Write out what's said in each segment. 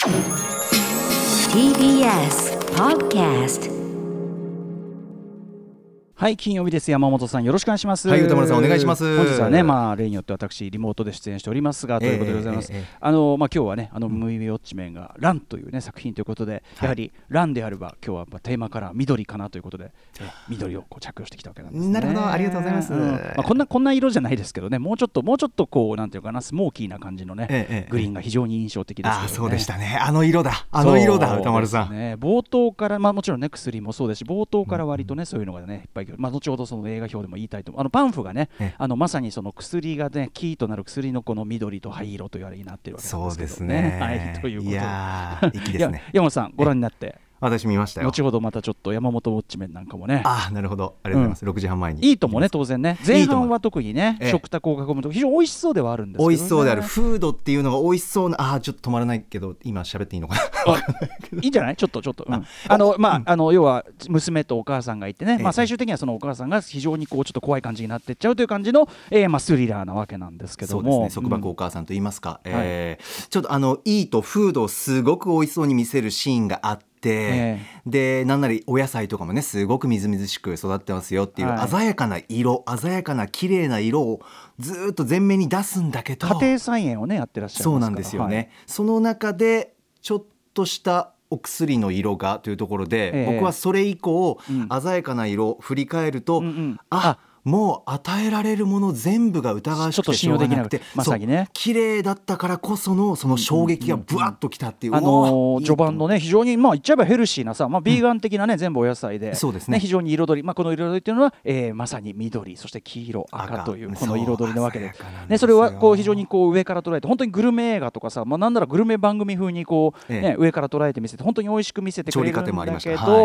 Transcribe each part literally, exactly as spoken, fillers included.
ティービーエス Podcast。 はい、金曜日です。山本さんよろしくお願いします。 はい、歌丸さんお願いします。 本日はね、まあ例によって私リモートで出演しておりますが、ということでございます。えーえーえー、あのまあ今日はね、あのムービーウォッチメンがランというね作品ということで、やはりランであれば今日はやっぱテーマカラー緑かなということで、え緑をこう着用してきたわけなんですね。 なるほど、ありがとうございます。うん、 まあこんなこんな色じゃないですけどね、もうちょっともうちょっとこうなんていうかな、スモーキーな感じのね、えーえー、グリーンが非常に印象的ですけどね。 あ、そうでしたね。あの色だ、あの色だ、歌丸さん。 ね、冒頭からまあもちろんね薬もそうですし、冒頭から割とね、うん、そういうのがねいっぱい、まあ後ほどその映画表でも言いたいと思う。あのパンフがね、あのまさにその薬がねキーとなる薬のこの緑と灰色というあれになっているわけなんですけどね。 そうですね。 はい、ということで、いやー、粋ですね。 山本さんご覧になって。 私見ましたよ。 後ほどまたちょっと山本ウォッチメンなんかもね。 ああ、なるほど、ありがとうございます。うん、ろくじはんまえにいいともね、当然ね、前半は特にね、ええ、食卓を囲むと非常に美味しそうではあるんですけど、ね、 美味しそうである。フードっていうのが美味しそうな、ああちょっと止まらないけど今喋っていいのかな。 いいんじゃない？ちょっとちょっと、うん、ああのまあ、うん、あの要は娘とお母さんがいてね、ええ、まあ最終的にはそのお母さんが非常にこうちょっと怖い感じになっていっちゃうという感じの、えー、まあスリラーなわけなんですけども、 そうですね、束縛お母さんと言いますか、うん、えーはい、ちょっとあのいいとフードをすごく美味しそうに見せるシーンがあって。で, でなんなりお野菜とかもねすごくみずみずしく育ってますよっていう、はい、鮮やかな色鮮やかな綺麗な色をずっと前面に出すんだけど、 家庭菜園をねやってらっしゃいますから。 そうなんですよね、はい、その中でちょっとしたお薬の色がというところで、えー、僕はそれ以降、うん、鮮やかな色を振り返ると、うんうん、あもう与えられるもの全部が疑わしくてしょうがなくて、 まさにね、 綺麗だったからこそのその衝撃がブワッときたっていう、 うんうんうん、あのー、序盤のね非常にまあ言っちゃえばヘルシーなさ、まあ、ビーガン的なね、うん、全部お野菜で、そうですね、非常に彩り、まあ、この彩りっていうのは、えー、まさに緑そして黄色赤というこの彩りなわけで、ね、それはこう非常にこう上から捉えて本当にグルメ映画とかさ、まあ、なんならグルメ番組風にこう、ね、ええ、上から捉えて見せて本当に美味しく見せてくれるんだけど、はい、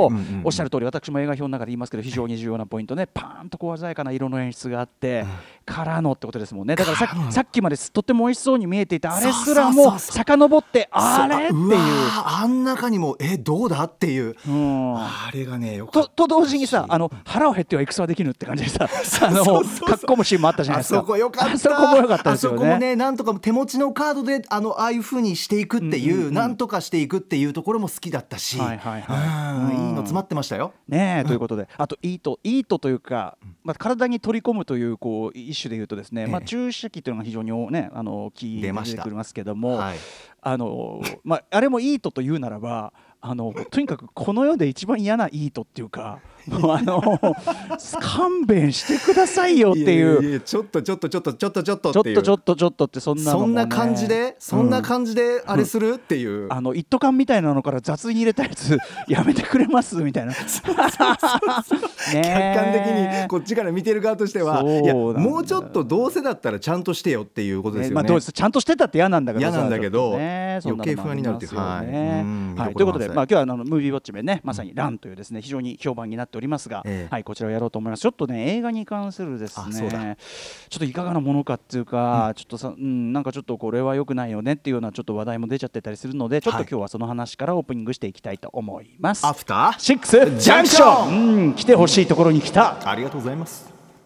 うんうん、おっしゃる通り私も映画表の中で言いますけど非常に重要なポイントね、パーンとこう鮮やかな色の演出があって、うん、からのってことですもんね。だから さ, さっきまでとっても美味しそうに見えていたあれすらも遡ってあれっていう、 あん中にもえどうだっていう、うん、あれがねよかったと, と同時にさ、あの腹を減っては戦はできぬって感じでさあのかっこむシーンもあったじゃないですか。 あそこよかった。 あそこもよかったですよね。 あそこもねなんとか手持ちのカードであのああいう風にしていくっていう、うんうんうん、なんとかしていくっていうところも好きだったし、はいはいはい、うん、いいの詰まってましたよねえ、 うん、 ということであとイートイートというか、まあ、体に取り込むというこう一種でいうとですね、ええ、まあ、注射器というのが非常に、ね、あのキーで出てくりますけども、はい、あのまあ、あれもイートというならばあのとにかくこの世で一番嫌なイートっていうかもうあの勘弁してくださいよっていう、いやいやいやちょっとちょっとちょっとちょっとちょっとっていうちょっとちょっとちょっとってそんなのも、ね、 そんな感じでそんな感じであれする、うん、っていうあの一斗缶みたいなのから雑に入れたやつやめてくれますみたいな客観的にこっちから見てる側としてはいやもうちょっとどうせだったらちゃんとしてよっていうことですよね、 まあ、どうですちゃんとしてたって嫌なんだけど嫌なんだけど、 ね、 余計不安になるっていう、はいはい、ということで、まあ、今日はあのムービーウォッチメンねまさにランというですね非常に評判になっておりますが、ええ、はい、こちらをやろうと思います。ちょっとね映画に関するですねちょっといかがなものかっていうか、うん、ちょっとさ、うん、なんかちょっとこれは良くないよねっていうようなちょっと話題も出ちゃってたりするのでちょっと今日はその話からオープニングしていきたいと思います。 アフターシックスジャンクション、うん、来てほしいところに来た。 ありがとうございます。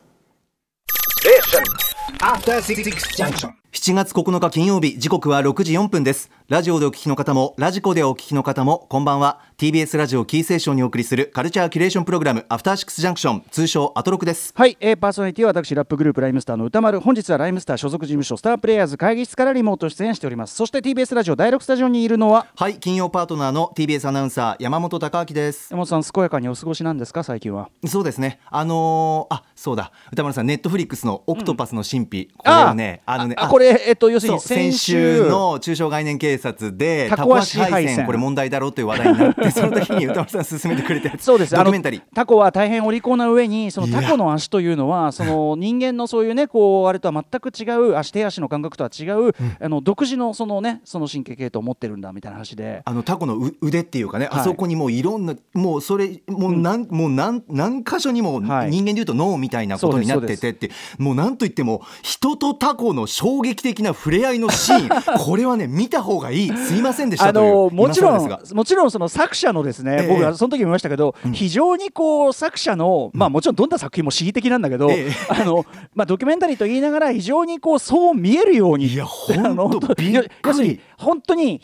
アフターシックスジャンクションしちがつここのか金曜日、時刻はろくじよんぷんです。ラジオでお聞きの方もラジコでお聞きの方もこんばんは。 ティービーエス ラジオキーステーションにお送りするカルチャーキュレーションプログラムアフターシックスジャンクション、通称アトロクです。 はい、えー、パーソナリティは私ラップグループライムスターの歌丸。本日はライムスター所属事務所スタープレイヤーズ会議室からリモート出演しております。そして ティービーエス ラジオだいろくスタジオにいるのは、 はい、金曜パートナーの ティービーエス アナウンサー山本貴明です。 山本さん健やかにお過ごしなんですか最近は。 そうですね、あのー、あそうだ歌丸さん、ネットフリックスのオクトパスの神秘、うん、これはねあのねああこれ、えっと、要するに先週の中小概念警察でタコ足配線これ問題だろうという話題になってその時に歌丸さん勧めてくれたやつそうです、 ドキュメンタリー。 タコは大変お利口な上にそのタコの足というのはその人間のそういうねこうあれとは全く違う足手足の感覚とは違う、うん、あの独自のそのねその神経系統を持ってるんだみたいな話で、 あのタコの腕っていうかね、はい、あそこにもういろんなもうそれもう何、うん、もう 何, 何箇所にも人間でいうと脳みたいなことになっててって、はい、もうなんといっても人とタコの衝撃的な触れ合いのシーンこれはね見た方がいい、すいませんでしたという、あのもちろんもちろんその作者のですね、ええ、僕はその時見ましたけど、うん、非常にこう作者の、まあ、もちろんどんな作品も恣意的なんだけど、ええ、あのまあ、ドキュメンタリーと言いながら非常にこうそう見えるように、 いや本当びっくり、 要するに本当に非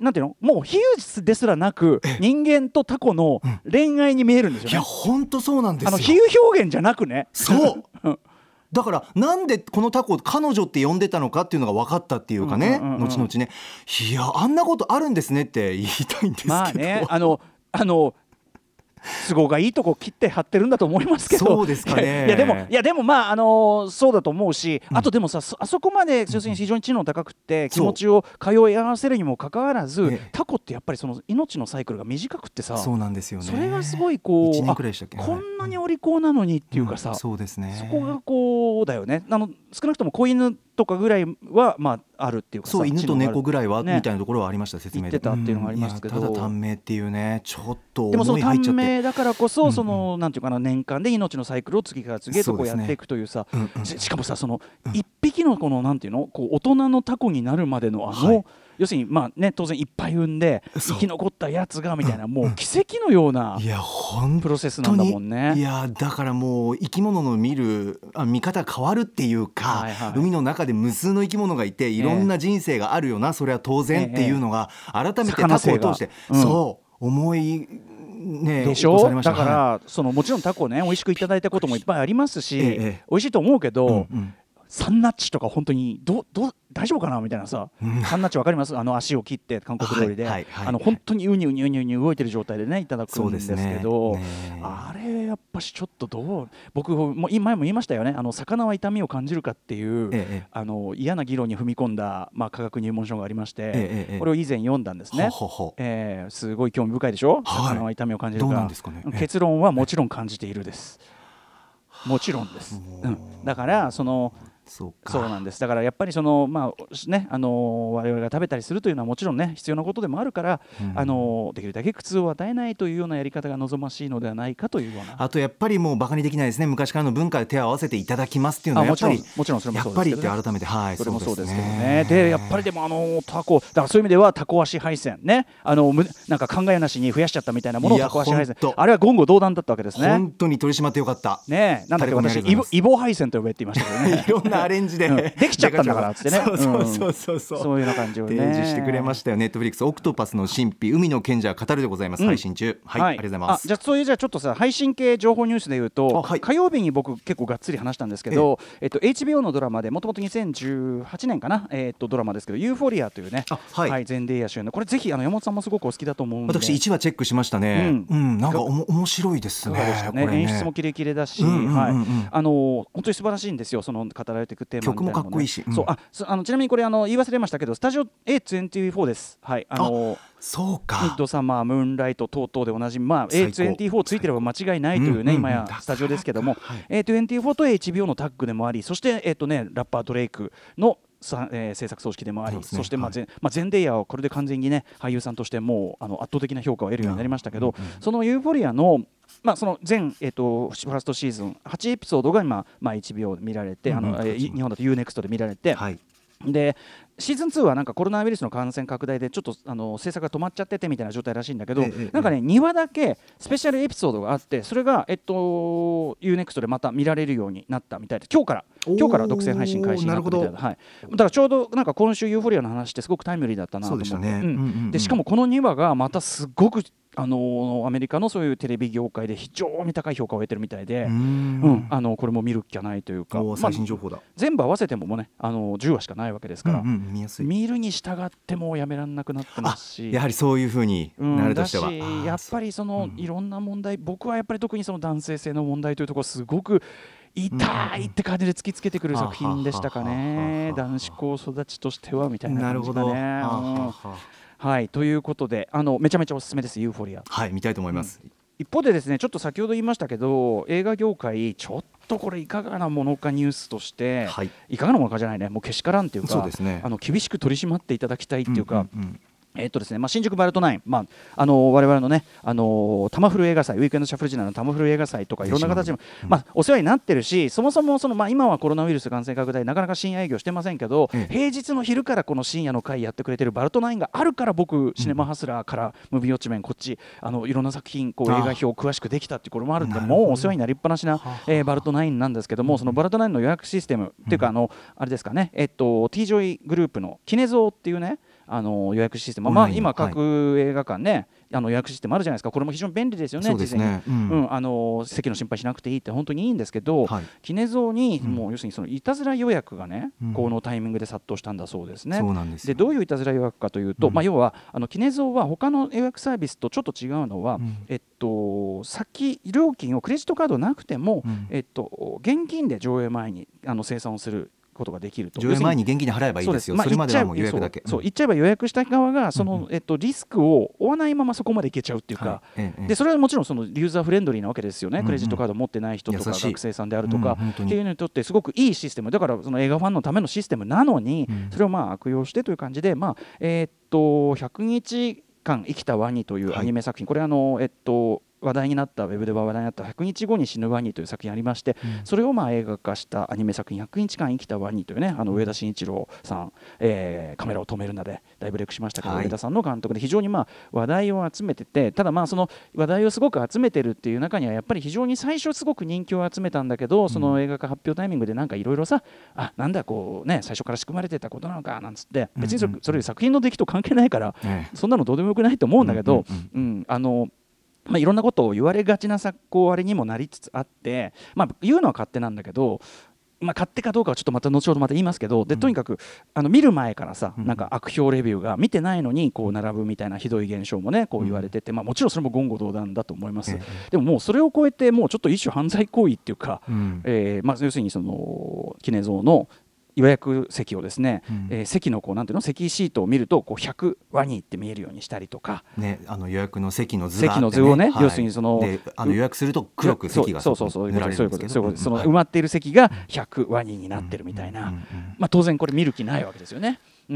なんていうのもう比喩ですらなく人間とタコの恋愛に見えるんですよね、 いや本当そうなんですよ。 あの比喩表現じゃなくね。 そうだからなんでこのタコを彼女って呼んでたのかっていうのが分かったっていうかね、うんうんうんうん、後々ね、いやあんなことあるんですねって言いたいんですけど、 まあね、あのあの都合がいいとこ切って貼ってるんだと思いますけど、 そうですかね。 いやでもいやでもまああのー、そうだと思うし、うん、あとでもさあそこまで要するに非常に知能高くて気持ちを通い合わせるにもかかわらず、タコってやっぱりその命のサイクルが短くってさ、 そうなんですよね。 それがすごいこういちねんくらいでしたっけ、 こんなにお利口なのにっていうかさ、 うん、そうですね。 そこがこうだよね。あの少なくとも子犬とかぐらいはまああるっていうかさ、 そう犬と猫ぐらいは、ね、みたいなところはありました説明で言ってたっていうのがありますけど、 うん、ただ短命っていうねちょっとでもその思い入っちゃって、 短命だからこそその、うんうん、なんていうかな年間で命のサイクルを次から次へとこうやっていくというさ、うんうん、し, しかもさその一匹のこのなんていうのこう大人のタコになるまでのあの、はい、要するにまあね当然いっぱい産んで生き残ったやつがみたいな、もう奇跡のようなプロセスなんだもんね。 いやだからもう生き物の見るあ見方変わるっていうか、はいはい、海の中で無数の生き物がいていろんな人生があるよな、えー、それは当然っていうのが改めてタコを通して、うん、そう思いね、 でしょ。だから、はい、そのもちろんタコね美味しくいただいたこともいっぱいありますし、ええ、美味しいと思うけど、うんうん、サンナッチとか本当にどど大丈夫かなみたいなさ、うん、サンナッチわかります？あの足を切って韓国料理で、はいはいはい、あの本当にウニウニウニウニ動いてる状態でねいただくんですけど、ねね、あれやっぱしちょっとどう僕も前も言いましたよね、あの魚は痛みを感じるかっていう、ええ、あの嫌な議論に踏み込んだ、まあ、科学入門書がありまして、え、これを以前読んだんですね。ほほ、えー、すごい興味深いでしょ、はい、魚は痛みを感じるか。 どうなんですかね。 結論はもちろん感じているです。もちろんです、うん、だからそのそうか、そうなんです。だからやっぱりその、まあね、あの我々が食べたりするというのはもちろんね必要なことでもあるから、うん、あのできるだけ苦痛を与えないというようなやり方が望ましいのではないかというような。 あとやっぱりもうバカにできないですね、昔からの文化で手を合わせていただきますっていうのはやっぱりもちろんそれもそうですけど、ね、 やっぱりって改めて、はい、 それもそうですけどね。でやっぱりでもあのタコだからそういう意味ではタコ足配線ね、あのなんか考えなしに増やしちゃったみたいなものをタコ足配線、あれは言語道断だったわけですね。 本当に取り締まってよかったね。なんだっけ私イボイボ配線と呼べって言いましたけどねいろんなアレンジで、うんできちゃったんだからっつってね。 そうそうそうそうそう、 そういうような感じをね提示してくれましたよ。ネットフリックスオクトパスの神秘海の賢者語るでございます、うん、配信中、はい、はい、ありがとうございます。 あじゃあそういうじゃあちょっとさ配信系情報ニュースでいうと、はい、火曜日に僕結構がっつり話したんですけど、えっと、エイチビーオー のドラマでもともとにせんじゅうはちねんかな、えっと、ドラマですけどユーフォリアというね、はいはい、ゼンデイヤ主演のこれぜひあの山本さんもすごくお好きだと思うんで私いちわチェックしましたね、うんうん、なんかおも面白いですね。 ねね演出もキレキレだし、うんうんうんうん、はい、あの本当に素晴らしいんですよ、その語られていくテーマみたいなのも、ね、 曲もかっこいいし、うん、 そうああのちなみにこれあの言い忘れましたけどスタジオ エーにじゅうよん です、はい、あのあそうかミッドサマームーンライト等々でおなじみ、まあ、エーにじゅうよん ついてれば間違いないというね、うんうん、今やスタジオですけども、はい、エーにじゅうよん と エイチビーオー のタッグでもあり、そして、えーとね、ラッパードレイクのさ、えー、制作組織でもあり、 そ, ね、そして、まあはいまあ、ゼンデイヤはこれで完全にね俳優さんとしてもうあの圧倒的な評価を得るようになりましたけど、うんうんうん、そのユーフォリアのまあ、その全、えー、とファーストシーズンはちエピソードが今、まあ、エイチビーオー で見られて、うんうん、あのえー、日本だと ユーネクスト で見られて、はい、でシーズンツーはなんかコロナウイルスの感染拡大でちょっとあの制作が止まっちゃっててみたいな状態らしいんだけど、ええ、なんかねにわだけスペシャルエピソードがあって、それがえっと ユーネクスト でまた見られるようになったみたいで、今日から今日から独占配信開始になったみたいな、はい、だからちょうどなんか今週ユーフォリアの話ってすごくタイムリーだったなと思って、そうでしたね、うんうんうん、でしかもこのにわがまたすごくあのアメリカのそういうテレビ業界で非常に高い評価を得てるみたいで、うん、うん、あのこれも見るっきゃないというか、 最新情報だ、まあ、 全部合わせてもねあのじゅうわしかないわけですから、うんうん、 見やすい、 見るに従ってもうやめられなくなってますし、 やはりそういう風になるとしては、 うん、だしやっぱりその、うん、いろんな問題、僕はやっぱり特にその男性性の問題というところすごく痛いって感じで突きつけてくる作品でしたかね、男子校育ちとしてはみたいな感じがね。なるほど、はい、ということであのめちゃめちゃおすすめです、ユーフォリア。 はい、見たいと思います、うん、 一方でですねちょっと先ほど言いましたけど映画業界ちょっとこれいかがなものかニュースとして、はい、いかがなものかじゃないね、もうけしからんっていうか、そうですね、あの厳しく取り締まっていただきたいっていうか、うんうんうん、えーっとですねまあ、新宿バルトナイン、まあ、あの我々のね、あのタマフル映画祭、ウィークエンドシャッフル時代のタマフル映画祭とかいろんな形でも、うんまあ、お世話になってるし、そもそもその、まあ、今はコロナウイルス感染拡大なかなか深夜営業してませんけど、うん、平日の昼からこの深夜の会やってくれてるバルトナインがあるから僕シネマハスラーからムービーウォッチメンこっちあのいろんな作品こう映画表を詳しくできたっていうこれもあるんで、もうお世話になりっぱなしな、えー、バルトナインなんですけども、そのバルトナインの予約システム、うん、っていうかあのあれですかね、えっと T ジョイグループのキネゾーっていうねあの予約システム、まあ、今各映画館ね、はい、あの予約システムあるじゃないですか。これも非常に便利ですよね。 そうですね、 事前に、うんうん、あの席の心配しなくていいって本当にいいんですけど、はい、キネゾーにもう要するにそのいたずら予約がね、うん、このタイミングで殺到したんだそうですね。 そうなんですよ。 でどういういたずら予約かというと、うん、まあ、要はあのキネゾーは他の予約サービスとちょっと違うのは、うん、えっと、先料金をクレジットカードなくても、うん、えっと、現金で上映前にあの生産をすることができると。 上映前に現金で払えばいいですよ。 そ, それまではもう予約だけ。 そう、そう言っちゃえば予約した側がその、うんうん、えっと、リスクを負わないままそこまでいけちゃうっていうか、はい、ええ、でそれはもちろんそのユーザーフレンドリーなわけですよね、うんうん、クレジットカード持ってない人とか学生さんであるとか、うん、っていうのにとってすごくいいシステムだから、その映画ファンのためのシステムなのに、うん、それをまあ悪用してという感じで、まあ、えー、っとひゃくにちかん生きたワニというアニメ作品、はい、これあのえっと話題になったウェブでは話題になったひゃくにちごに死ぬワニという作品ありまして、うん、それをまあ映画化したアニメ作品ひゃくにちかん生きたワニというね、あの上田慎一郎さん、えー、カメラを止めるなで大ブレイクしましたけど、はい、上田さんの監督で非常にまあ話題を集めてて、ただまあその話題をすごく集めてるっていう中にはやっぱり非常に最初すごく人気を集めたんだけど、その映画化発表タイミングでなんかいろいろさ、あ、なんだこうね、最初から仕組まれてたことなのかなんつって、別にそれ、それ作品の出来と関係ないから、うん、そんなのどうでもよくないと思うんだけど、うんうんうん、あのまあ、いろんなことを言われがちな作考あれにもなりつつあって、まあ、言うのは勝手なんだけど、まあ、勝手かどうかはちょっとまた後ほどまた言いますけど、でとにかくあの見る前からさ、なんか悪評レビューが見てないのにこう並ぶみたいなひどい現象もねこう言われてて、まあ、もちろんそれも言語道断だと思います。でももうそれを超えてもうちょっと一種犯罪行為っていうか、えーまあ、要するにそのキネゾーの予約席をですね、うん、えー、席のこうなんていうの席シートを見るとこうひゃくワニって見えるようにしたりとか、 ね、あの予約の席の図があって、ね、 席の図をね、はい、要するにそのあの予約すると黒く席が塗られるんですけど、 その埋まっている席がひゃくワニになってるみたいな、まあ、当然これ見る気ないわけですよね。うん、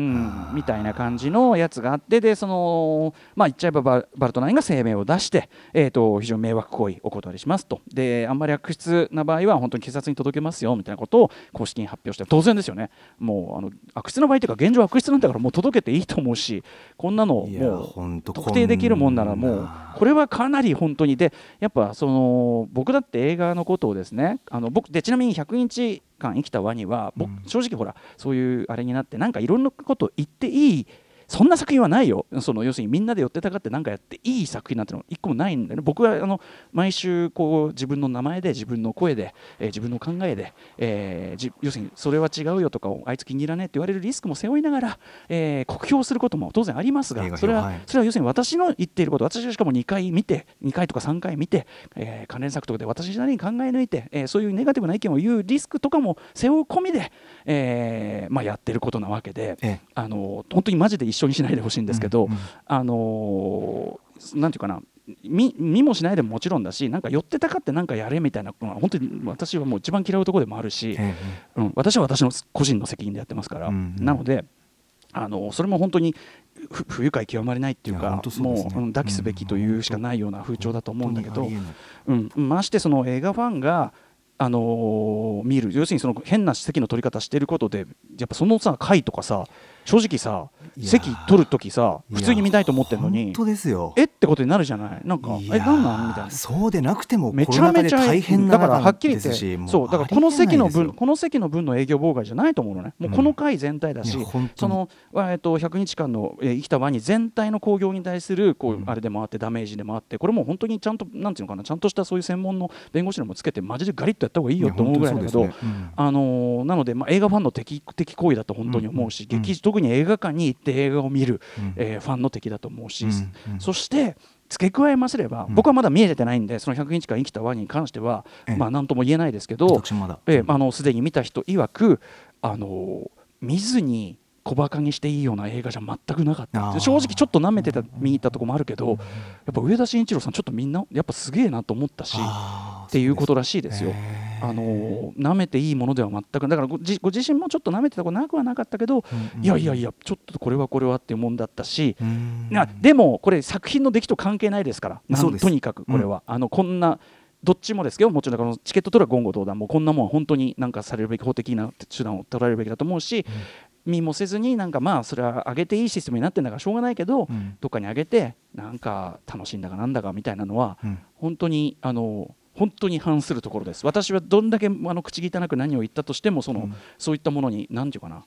みたいな感じのやつがあって、でそのまあ言っちゃえばバルトナインが声明を出して、えー、と非常に迷惑行為お断りしますと、であんまり悪質な場合は本当に警察に届けますよみたいなことを公式に発表して、当然ですよね。もうあの悪質な場合というか現状悪質なんだからもう届けていいと思うし、こんなのもう特定できるもんならもうこれはかなり本当にで、やっぱその僕だって映画のことをですね、あの僕でちなみにひゃくにちかん生きたワニは僕正直ほらそういうあれになってなんかいろんなこと言っていいそんな作品はないよ。その要するにみんなで寄ってたかって何かやっていい作品なんての一個もないんだよね。僕はあの毎週こう自分の名前で自分の声で、えー、自分の考えで、えー、じ要するにそれは違うよとかあいつ気に入らねえって言われるリスクも背負いながら、えー、酷評することも当然ありますが、それは、はい、それは要するに私の言っていること、私がしかもにかい見てにかいとかさんかい見て、えー、関連作とかで私なりに考え抜いて、えー、そういうネガティブな意見を言うリスクとかも背負う込みで、えーまあ、やってることなわけで、ええ、あの本当にマジで一緒にしないでほしいんですけど、うんうん、あのー、なんていうかな、見, 見もしないでももちろんだし、なんか寄ってたかってなんかやれみたいなのは本当に私はもう一番嫌うところでもあるし、ええ、うん、私は私の個人の責任でやってますから、うんうん、なのであのそれも本当に不愉快極まりないっていうか、う、ね、もう、うん、抱きすべきというしかないような風潮だと思うんだけど、うん、ましてその映画ファンがあのー、見る、要するにその変な席の取り方してることでやっぱそのさ回とかさ、正直さ席取るときさ普通に見たいと思ってるのに本当ですよ、 えってことになるじゃない。なんかえなんなんみたいな。 そうでなくてもコロナ禍で大変な中ですし、 だからはっきり言ってそうだからこの席の分この席の分の営業妨害じゃないと思うのね。もうこの回全体だし、うん、その、えっと、ひゃくにちかんの、えー、生きたワニ全体の興行に対するこう、うん、あれでもあってダメージでもあって、これも本当にちゃんとなんていうのかな、ちゃんとしたそういう専門の弁護士でもつけてマジでガリッとやった方がいいよと思うぐらいだけど、ね、うん、あのー、なので、まあ、映画ファンの敵的行為だと本当に思うし、うん、劇特に映画館に行って映画を見る、うん、えー、ファンの敵だと思うし、うんうん、そして付け加えますれば、うん、僕はまだ見えてないんでそのひゃくにちかん生きたワニに関しては、まあ、何とも言えないですけど、えー、あのすでに見た人曰く、あのー、見ずに小バカにしていいような映画じゃ全くなかった。正直ちょっと舐めてた見に行ったとこもあるけど、やっぱ上田慎一郎さんちょっとみんなやっぱすげえなと思ったしっていうことらしいですよ。あの舐めていいものでは全くだから ご, ご自身もちょっと舐めてたことなくはなかったけど、うんうん、いやいやいやちょっとこれはこれはっていうもんだったし、でもこれ作品の出来と関係ないですから、とにかくこれは、うん、あのこんなどっちもですけど、もちろんチケット取る言語道断もこんなもん本当になんかされるべき法的な手段を取られるべきだと思うし、うん、見もせずになんかまあそれは上げていいシステムになってるんだからしょうがないけど、うん、どっかに上げてなんか楽しいんだかなんだかみたいなのは、うん、本当にあの本当に反するところです。私はどんだけあの口汚く何を言ったとしてもその、うん、そういったものに何て言うかな、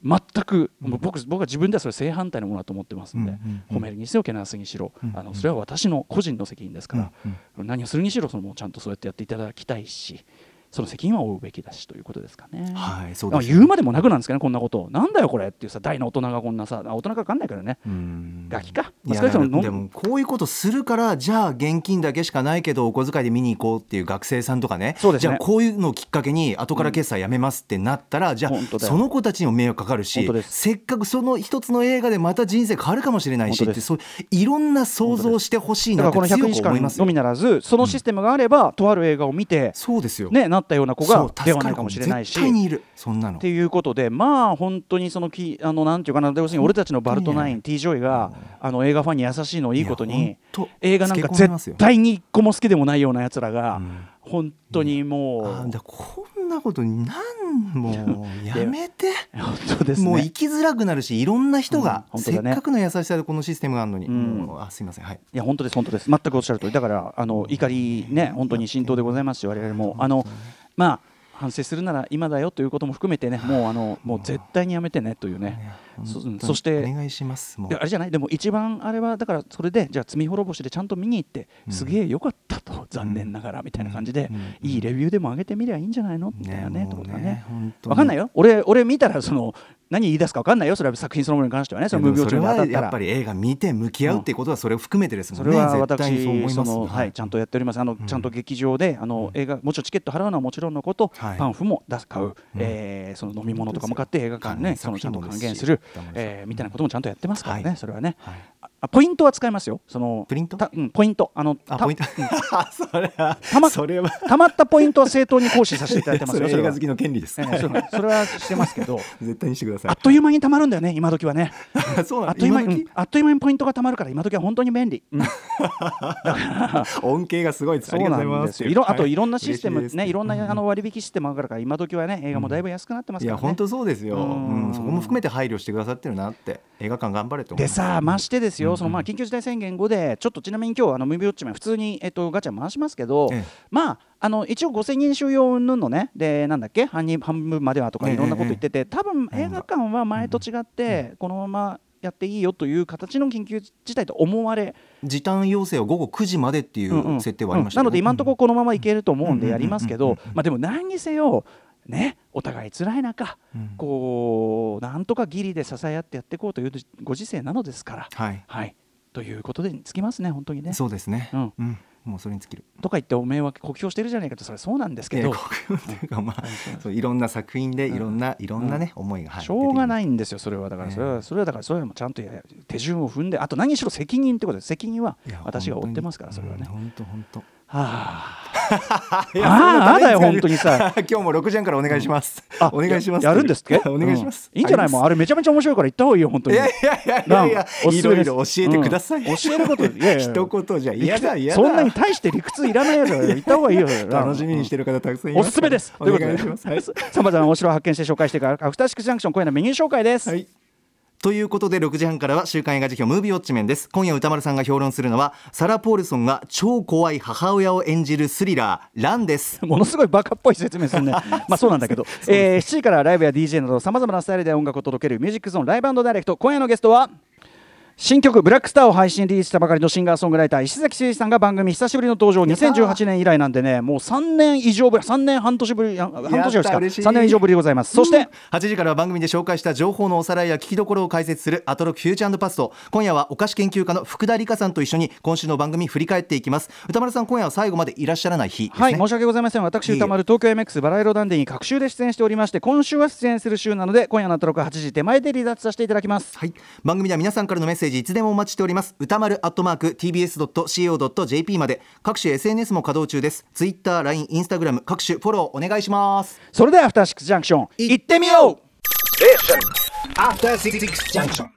全く、うん、僕, 僕は自分ではそれ正反対のものだと思ってますので、うんうんうん、褒めるにせよけなすにしろ、うんうん、あのそれは私の個人の責任ですから、うんうん、何をするにしろそのもうちゃんとそうやってやっていただきたいし、その責任は負うべきだしということですかね。 はい、そうですね。 言うまでもなくなんですかね、こんなことなんだよこれっていうさ、大の大人がこんなさ、大人か分かんないからね、ガキか、 いやでもこういうことするから、じゃあ現金だけしかないけどお小遣いで見に行こうっていう学生さんとか ね, そうですね、 じゃあこういうのをきっかけに後から決済やめますってなったら、うん、じゃあその子たちにも迷惑かかるし、せっかくその一つの映画でまた人生変わるかもしれないしって、そういろんな想像してほしいなって強く思いますよ。だからこのひゃくにちかんのみならずそのシステムがあれば、うん、とある映画を見てそうですよ、 ね、なったような子がではないかもしれないし、 絶対にいるそんなのっていうことで、まあ本当にそのきあのなんていうかな、要するに俺たちのバルトナイン T ジョイがあの映画ファンに優しいのをいいことに、映画なんか絶対に一個も好きでもないようなやつらが、うん、本当にもう、 うん、あこんなことになんもうやめて本当ですね、 もう生きづらくなるし、いろんな人が、うんね、せっかくの優しさでこのシステムがあるのに、うん、あすいません、はい、 いや本当です本当です、全くおっしゃる通りだから、あの怒りね本当に浸透でございますし、我々もあのまあ反省するなら今だよということも含めてね、もうあのもう絶対にやめてねというね、そ, そしてお願いします。もうあれじゃない、でも一番あれはだからそれでじゃあ罪滅ぼしでちゃんと見に行って、うん、すげえ良かったと、残念ながらみたいな感じで、うんうん、いいレビューでも上げてみりゃいいんじゃないのみたいなね、とかね、分かんないよ、俺俺見たらその何言い出すか分かんないよ、それは作品そのものに関してはね、その無病中に当たったら、それはやっぱり映画見て向き合うっていうことはそれを含めてですもんね。 それは私その、はい、ちゃんとやっております。あの、うん、ちゃんと劇場であの映画もちろんチケット払うのはもちろんのこと、はい、パンフも出す買う、うんえー、その飲み物とかも買って映画館ね、そのちゃんと還元する、えー、みたいなこともちゃんとやってますからね、はい、それはね、はい、あポイントは使いますよ、そのプリント、 うん、ポイントあのあポイントそれはたまそれはたまったポイントは正当に行使させていただいてますよ。 それ映画好きの権利です、 えー、そ, れそれはしてますけど絶対にしてください。 あっという間にたまるんだよね今時はねそうなんあっという間に、うん、あっという間にポイントがたまるから今時は本当に便利、うん、だから恩恵がすごいです。 そうなんですよ。いろあといろんなシステム、はい、ね、いろんなあの割引システムあるから今時はね映画もだいぶ安くなってますからね、 うん、いや本当そうですよ、うんうん、そこも含めて配慮してくださってるなって、映画館頑張れと思います。 でさましてですよ、うんうん、そのまあ緊急事態宣言後でちょっとちなみに今日あのムービーウォッチメン普通に、えっと、ガチャ回しますけど、ええ、まああの一応ごせんにん収容云々のねでなんだっけ 半, 人半分まではとかいろんなこと言ってて、ええ、多分映画館は前と違ってこのままやっていいよという形の緊急事態と思われ、 時短要請は午後くじまでっていう設定はありました、ね、 うんうんうん、なので今のところこのままいけると思うんでやりますけど、まあでも何にせよね、お互い辛い中、うん、こうなんとかギリで支え合ってやっていこうというご時世なのですから、はいはい、ということでつきますね本当にね。 そうですね、うんうん、もうそれに尽きるとか言ってお迷惑酷評してるじゃないかと、それはそうなんですけど、 えー、酷評というか、まあ、そういろんな作品でいろんな、うん、いろんなね、うん、思いが、はい、 しょうがないんですよそれは。だからそれは、えー、それはだからそれもちゃんと手順を踏んで、あと何しろ責任ってことです。責任は私が負ってますから、それはね。 本当本当。 はあああだよ本当にさ今日もろくじはんからお願いします、 うん、 お願いします。 や, やるんですっけお願いします、 うん、いいんじゃないもうあれめちゃめちゃ面白いから言った方がいいよ本当に。 いやいやいやいやいやいろいろ教えてください、 うん、教えることいやいや一言じゃ嫌だ嫌だ、 そんなに大して理屈いらないやつ言った方がいいよ楽しみにしてる方たくさんいます、 おすすめです。 お願いします。 さまざまな面白い発見して紹介していくアフターシックスジャンクション、今夜のメニュー紹介です、 はい。ということでろくじはんからは週刊映画辞表ムービーウォッチメンです。今夜歌丸さんが評論するのはサラ・ポールソンが超怖い母親を演じるスリラーランです。 ものすごいバカっぽい説明するねまあそうなんだけど、えー、しちじからライブや ディージェー などさまざまなスタイルで音楽を届けるミュージックゾーンライブ&ダイレクト。今夜のゲストは新曲ブラックスターを配信リリースしたばかりのシンガーソングライター石崎修司さんが番組久しぶりの登場。にせんじゅうはちねん以来なんでね、もうさんねん以上ぶり、さんねん半年ぶり、半年ですか、さんねん以上ぶりでございます。そして、うん、 はちじからは番組で紹介した情報のおさらいや聞きどころを解説するアトロクフューチャー&パスト。今夜はお菓子研究家の福田理香さんと一緒に今週の番組振り返っていきます。歌丸さん、今夜は最後までいらっしゃらない日ですね。 はい、申し訳ございません。私歌丸東京 エムエックス バラ色ダンディに各週で出演しておりまして、今週は出演する週なので今夜のアトロクはちじ手前で離脱させていただきます。 はい、番組では皆さんからのメッセージいつでもお待ちしております。歌丸アットマーク ティービーエスドットシーオードットジェーピー まで。各種 エスエヌエス も稼働中です。 Twitter、ライン、インスタグラム各種フォローお願いします。 それではアフターシックスジャンクション行ってみよう。 アフターシックスジャンクション。